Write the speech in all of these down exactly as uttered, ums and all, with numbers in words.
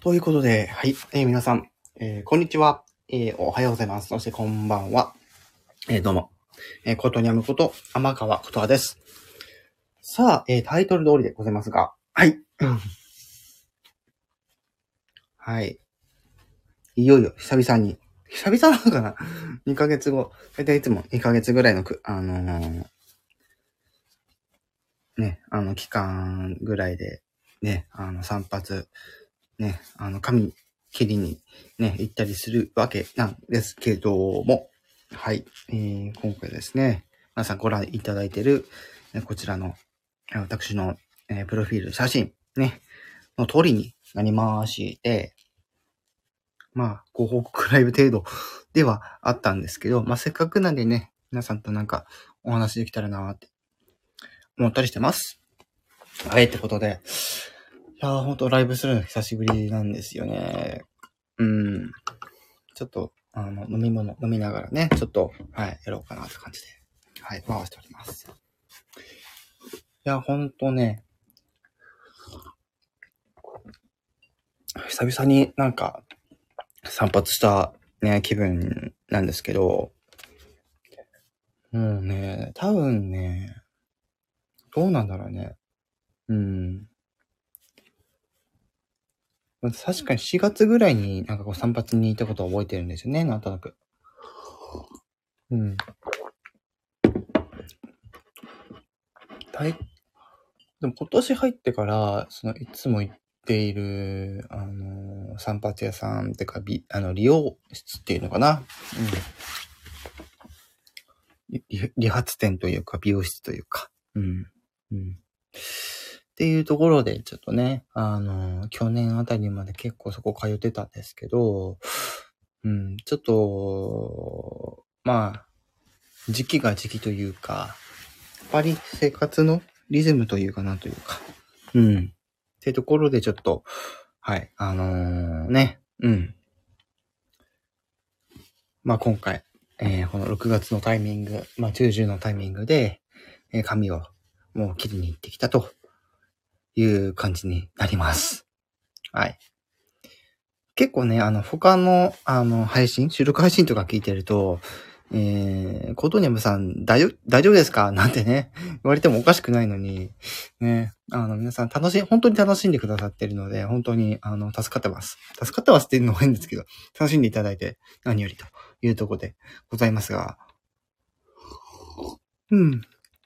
ということで、はい、えー、皆さん、えー、こんにちは、えー、おはようございます。そしてこんばんは。えー、どうも、えー、ことにゃむこと、天川ことはです。さあ、えー、タイトル通りでございますが、はい。はい。いよいよ、久々に、久々なのかな ?に ヶ月後、だいたいいつもにかげつぐらいのく、あのー、ね、あの、期間ぐらいで、ね、あの、散髪、ね、あの、髪切りにね、行ったりするわけなんですけども、はい、えー、今回ですね、皆さんご覧いただいている、こちらの、私の、えー、プロフィール写真、ね、の通りになりまして、まあ、ご報告ライブ程度ではあったんですけど、まあ、せっかくなんでね、皆さんとなんかお話できたらなーって思ったりしてます。はい、ってことで、いやー、ほんとライブするの久しぶりなんですよね。うん。ちょっと、あの、飲み物飲みながらね、ちょっと、はい、やろうかなって感じで、はい、回しております。いや、ほんとね、久々になんか、散髪したね、気分なんですけど、もうね、多分ね、どうなんだろうね。うん。確かにしがつぐらいになんかこう散髪に行ったことを覚えてるんですよね、なんとなく。うん。大、でも今年入ってから、そのいつも行っている、あの、散髪屋さんってか、び、あの、理容室っていうのかな。うん。理、理髪店というか、美容室というか。うん。うん。っていうところで、ちょっとね、あの、去年あたりまで結構そこ通ってたんですけど、うん、ちょっと、まあ、時期が時期というか、やっぱり生活のリズムというかなというか、うん。っていうところでちょっと、はい、あのー、ね、うん。まあ今回、えー、このろくがつのタイミング、まあ中旬のタイミングで、えー、髪をもう切りに行ってきたという感じになります。はい。結構ね、あの、他の、あの、配信、収録配信とか聞いてると、えー、コートニャムさん、大丈夫、大丈夫ですかなんてね、言われてもおかしくないのに、ね、あの、皆さん楽しい、本当に楽しんでくださってるので、本当に、あの、助かってます。助かってますっていうのも変ですけど、楽しんでいただいて何よりというところでございますが、うん。い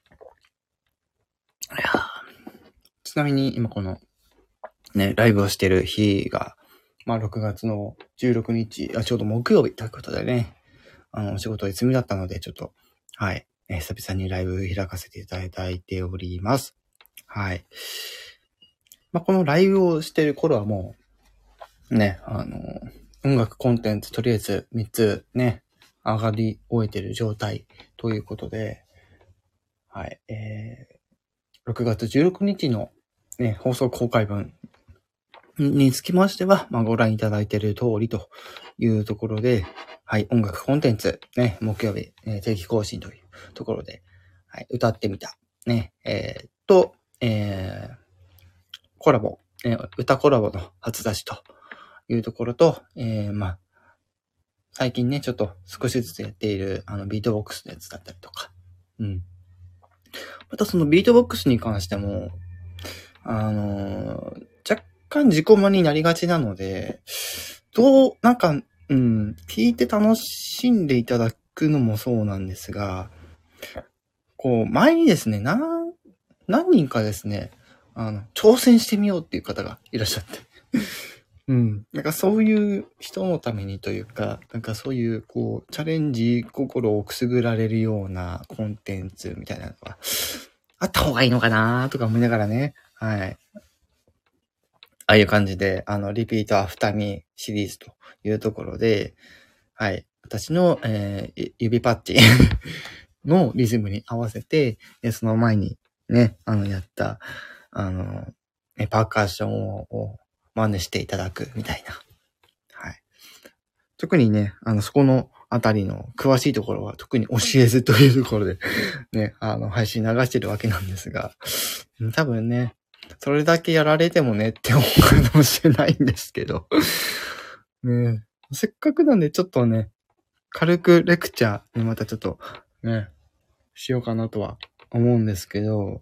やちなみに今この、ね、ライブをしてる日が、まあ、ろくがつのじゅうろくにち、あ、ちょうど木曜日ということでね、あの、お仕事休みだったので、ちょっと、はい、えー、久々にライブ開かせていただいております。はい。まあ、このライブをしてる頃はもう、ね、あの、音楽コンテンツとりあえずみっつね、上がり終えてる状態ということで、はい、えー、ろくがつじゅうろくにちのね、放送公開分につきましては、まあ、ご覧いただいている通りというところで、はい、音楽コンテンツ、ね、木曜日、えー、定期更新というところで、はい、歌ってみた、ね、えー、と、えー、コラボ、えー、歌コラボの初出しというところと、えー、まあ、最近ね、ちょっと少しずつやっている、あの、ビートボックスのやつだったりとか、うん。またそのビートボックスに関しても、あのー、若干自己満になりがちなので、どう、なんか、うん、聞いて楽しんでいただくのもそうなんですが、こう、前にですね、何、何人かですね、あの、挑戦してみようっていう方がいらっしゃって。うん。なんかそういう人のためにというか、なんかそういう、こう、チャレンジ心をくすぐられるようなコンテンツみたいなのがあった方がいいのかなとか思いながらね、はい。ああいう感じで、あの、リピートアフターミーシリーズというところで、はい。私の、えー、指パッチのリズムに合わせて、その前にね、あの、やった、あの、パーカッションを、を真似していただくみたいな。はい。特にね、あの、そこのあたりの詳しいところは特に教えずというところでね、あの、配信流してるわけなんですが、多分ね、 それだけやられてもねって思うかもしれないんですけど。ねえ、せっかくなんでちょっとね、軽くレクチャーにまたちょっとね、しようかなとは思うんですけど、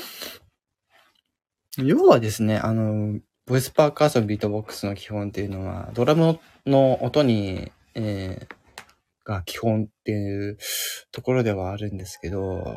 要はですね、あの、ボイスパーカッションビートボックスの基本っていうのは、ドラムの音に、えー、が基本っていうところではあるんですけど、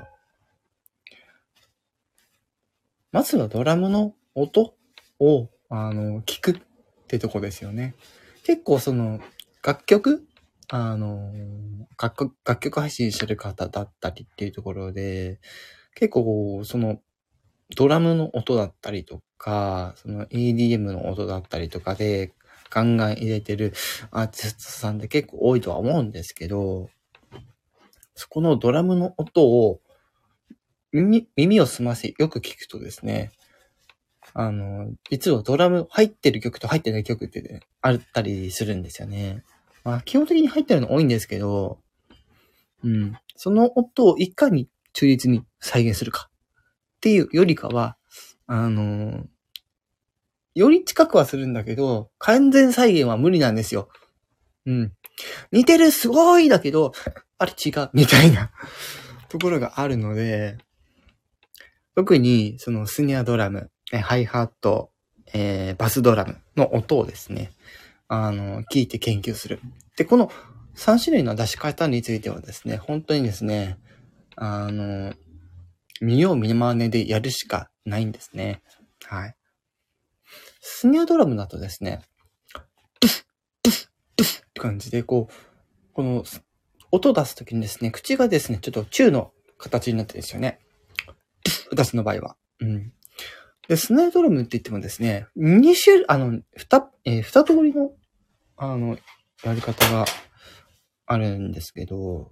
まずはドラムの音を、あの、聞くってとこですよね。結構その、楽曲あの、楽、楽曲配信してる方だったりっていうところで、結構その、ドラムの音だったりとか、その イーディーエム の音だったりとかで、ガンガン入れてるアーティストさんって結構多いとは思うんですけど、そこのドラムの音を耳、耳を澄ませよく聞くとですね、あの、実はドラム入ってる曲と入ってない曲って、ね、あったりするんですよね。まあ基本的に入ってるの多いんですけど、うん。その音をいかに忠実に再現するかっていうよりかは、あの、より近くはするんだけど、完全再現は無理なんですよ。うん。似てるすごいだけど、あれ違うみたいなところがあるので、特にそのスネアドラム、ハイハット、えー、バスドラムの音をですね、あの、聞いて研究する。で、このさん種類の出し方についてはですね、本当にですね、あの、見よう見まねでやるしかないんですね。はい。スネアドラムだとですね、ドゥフ、ドゥフ、ドゥフって感じで、こう、この音を出すときにですね、口がですね、ちょっとチューの形になってるんですよね。ドゥフ出すの場合は。うん。で、スネアドラムって言ってもですね、に種類、あの、二、えー、二通りの、あの、やり方があるんですけど、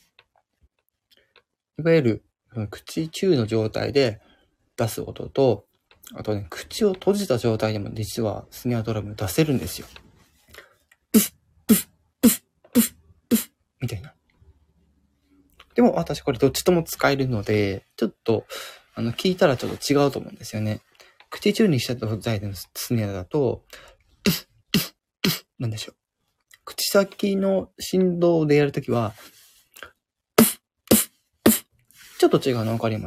いわゆる、口チューの状態で出す音と、あとね、口を閉じた状態でも実はスネアドラム出せるんですよ。ブフ、ブフ、ブフ、ブフ、ブフ、みたいな。でも私これどっちとも使えるので、ちょっと、あの、聞いたらちょっと違うと思うんですよね。口チューにした状態でのスネアだと、ブフ、ブフ、ブフ、なんでしょう。口先の振動でやるときは、ブフ、ブフ、ブフ、ちょっと違うのわかります？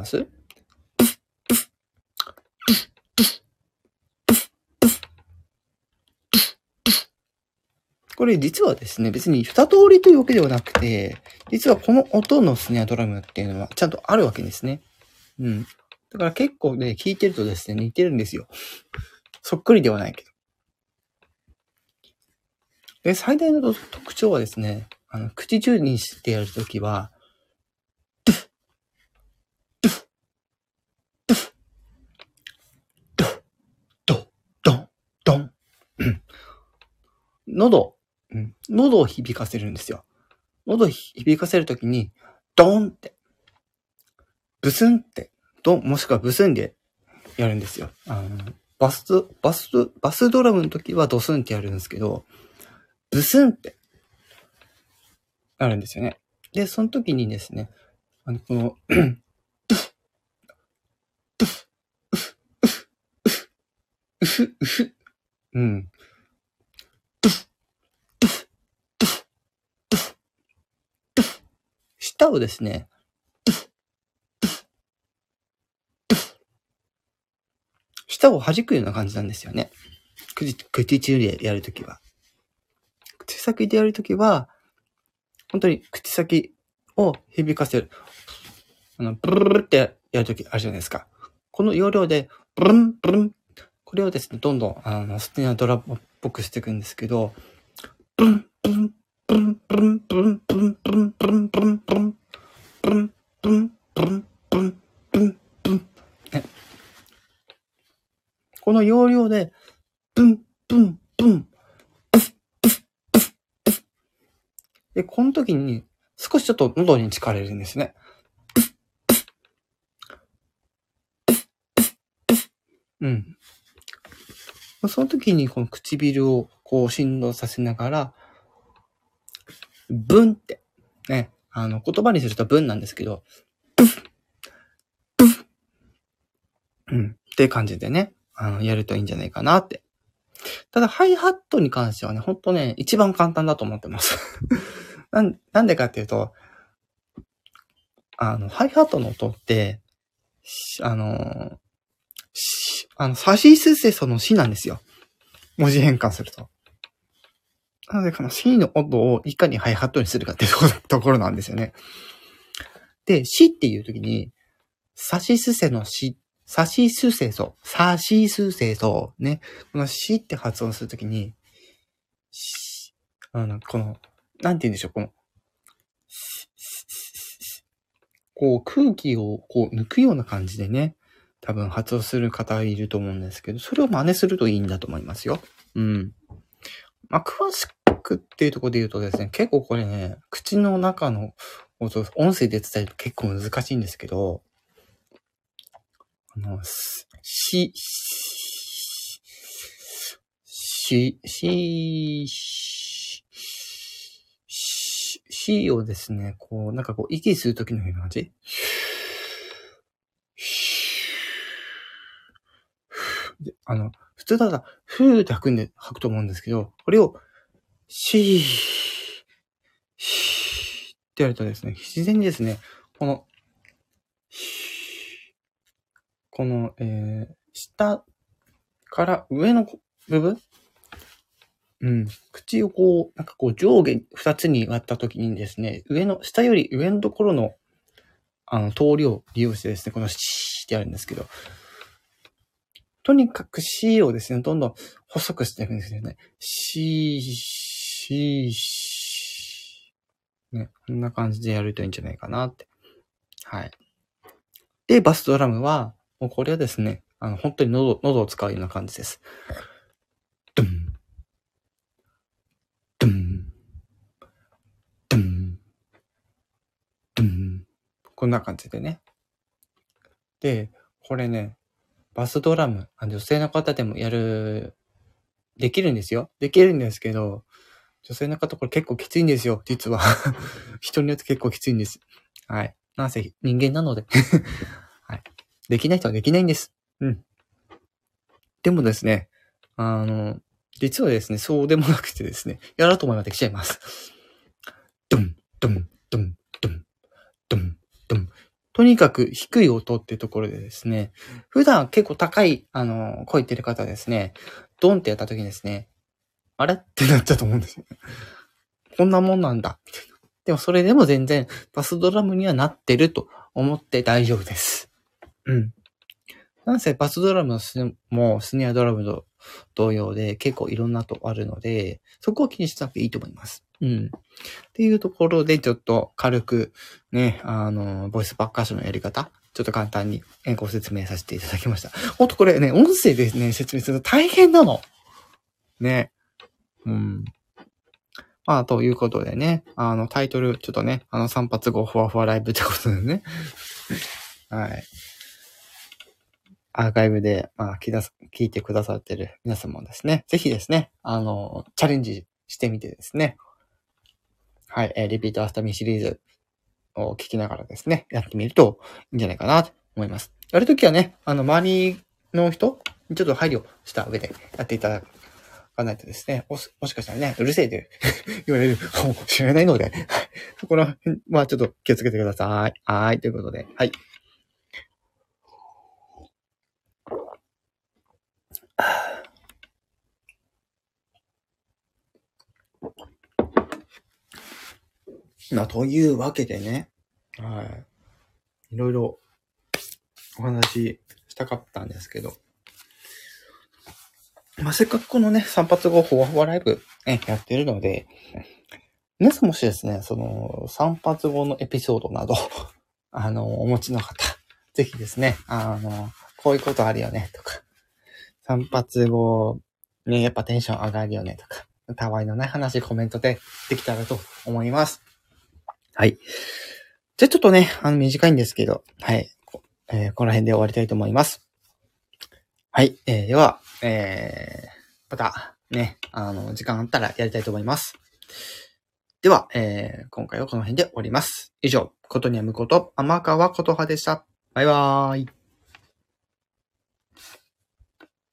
これ実はですね、別に二通りというわけではなくて、実はこの音のスネアドラムっていうのはちゃんとあるわけですね。うん。だから結構ね、聞いてるとですね、似てるんですよ。そっくりではないけど。で、最大の特徴はですね、あの、口中にしてやるときは、ドゥフ、ドゥフ、ドゥフ、ドゥフ、ドゥフ、ドン、ドン。喉、うん、喉を響かせるんですよ。喉を響かせるときに、ドンって、ブスンって、ドン、もしくはブスンでやるんですよ。あの、バス、バス、バスドラムの時はドスンってやるんですけど、ブスンってなるんですよね。で、その時にですね、あの、この、うふ、うふ、うん。舌をですね、舌を弾くような感じなんですよね。口、口中でやるときは。口先でやるときは、本当に口先を響かせる。あの、ブルルルってやるときあるじゃないですか。この要領で、ブルン、ブルン。これをですね、どんどん、あの、スティナドラっぽくしていくんですけど、ブルン、ブルン、ブルン、ブルン、ブルン、ブルン、ブルン、ブルン、ブルン、ブルン、ブルン、ブルン、ブルン、ブルン、ブルン、ブルン。この要領で、ブン、ブン、ブン、で、この時に少しちょっと喉に力入れるんですね。うん。その時にこの唇をこう振動させながら、ブンって、ね、あの言葉にするとブンなんですけど、ブン、ブン、うん。 っていう感じでね、あの、やるといいんじゃないかなって。ただ、ハイハットに関してはね、ほんとね、一番簡単だと思ってます。なん、なんでかっていうと、あの、ハイハットの音って、あの、あの、サシスセソのシなんですよ。文字変換すると。なので、この C の音をいかにハイハットにするかっていうところなんですよね。で、シっていう時に、サシスセのシ、サシスセソ、サシスセソ、ね。このシって発音するときに、あの、この、なんて言うんでしょう、この、こう空気をこう抜くような感じでね、多分発音する方いると思うんですけど、それを真似するといいんだと思いますよ。うん。まあ、詳しくっていうところで言うとですね、結構これね、口の中の音、音声で伝えると結構難しいんですけど、あの、し、し、し、し、しをですね、こう、なんかこう、息するときのような感じ。あの、普通だったら、ふーって吐くんで吐くと思うんですけど、これを、しー、しーってやるとですね、自然にですね、この、この、えー、下から上の部分、うん、口をこう、なんかこう上下二つに割ったときにですね、上の、下より上のところの、あの、通りを利用してですね、このシーってやるんですけど、とにかく C をですね、どんどん細くしていくんですよね。C、C、C。ね、こんな感じでやるといいんじゃないかなって。はい。で、バスドラムは、もうこれはですね、あの、本当に喉、喉を使うような感じです。ドゥン、ドゥン、ドゥン、ドゥン。こんな感じでね。で、これね、バスドラム、女性の方でもやる、できるんですよ。できるんですけど、女性の方これ結構きついんですよ、実は。人によって結構きついんです。はい。なんせ人間なので。はい。できない人はできないんです。うん。でもですね、あの、実はですね、そうでもなくてですね、やろうと思えばできちゃいます。ドン、ドン、ドン、ドン、ドン、ドン。とにかく低い音っていうところでですね、普段結構高い、あの、声言ってる方はですね、ドンってやった時にですね、あれってなっちゃうと思うんですよ。こんなもんなんだ。でもそれでも全然バスドラムにはなってると思って大丈夫です。うん。なんせバスドラムのスもスネアドラムと同様で結構いろんなとあるので、そこを気にしなくていいと思います。うん。っていうところでちょっと軽くね、あの、ボイスパーカッションのやり方、ちょっと簡単にご説明させていただきました。ほんとこれね、音声でね、説明すると大変なの。ね。うん。まあ、ということでね、あの、タイトル、ちょっとね、あの、散髪後、ふわふわライブってことでね。はい。アーカイブで、まあ、聞いてくださってる皆様もですね、ぜひですね、あの、チャレンジしてみてですね、はい、えー、リピートアフターミーシリーズを聞きながらですね、やってみるといいんじゃないかなと思います。やるときはね、あの、周りの人にちょっと配慮した上でやっていただかないとですね、もし、もしかしたらね、うるせえで言われるかもしれないので、はい、そこら辺、まあちょっと気をつけてください。はい、ということで、はい。まあ、というわけでね、はい。いろいろお話ししたかったんですけど、まあ、せっかくこのね、散髪後フォアフォアライブ、ね、やってるので、皆さんもしですね、その、散髪後のエピソードなど、あの、お持ちの方、ぜひですね、あの、こういうことあるよね、とか、散髪後、ね、やっぱテンション上がるよね、とか、たわいのない話、コメントでできたらと思います。はい。じゃあちょっとね、あの、短いんですけど、はい。えー、この辺で終わりたいと思います。はい。えー、では、えー、また、ね、あの、時間あったらやりたいと思います。では、えー、今回はこの辺で終わります。以上、ことにゃむこと、天川ことはでした。バイバーイ。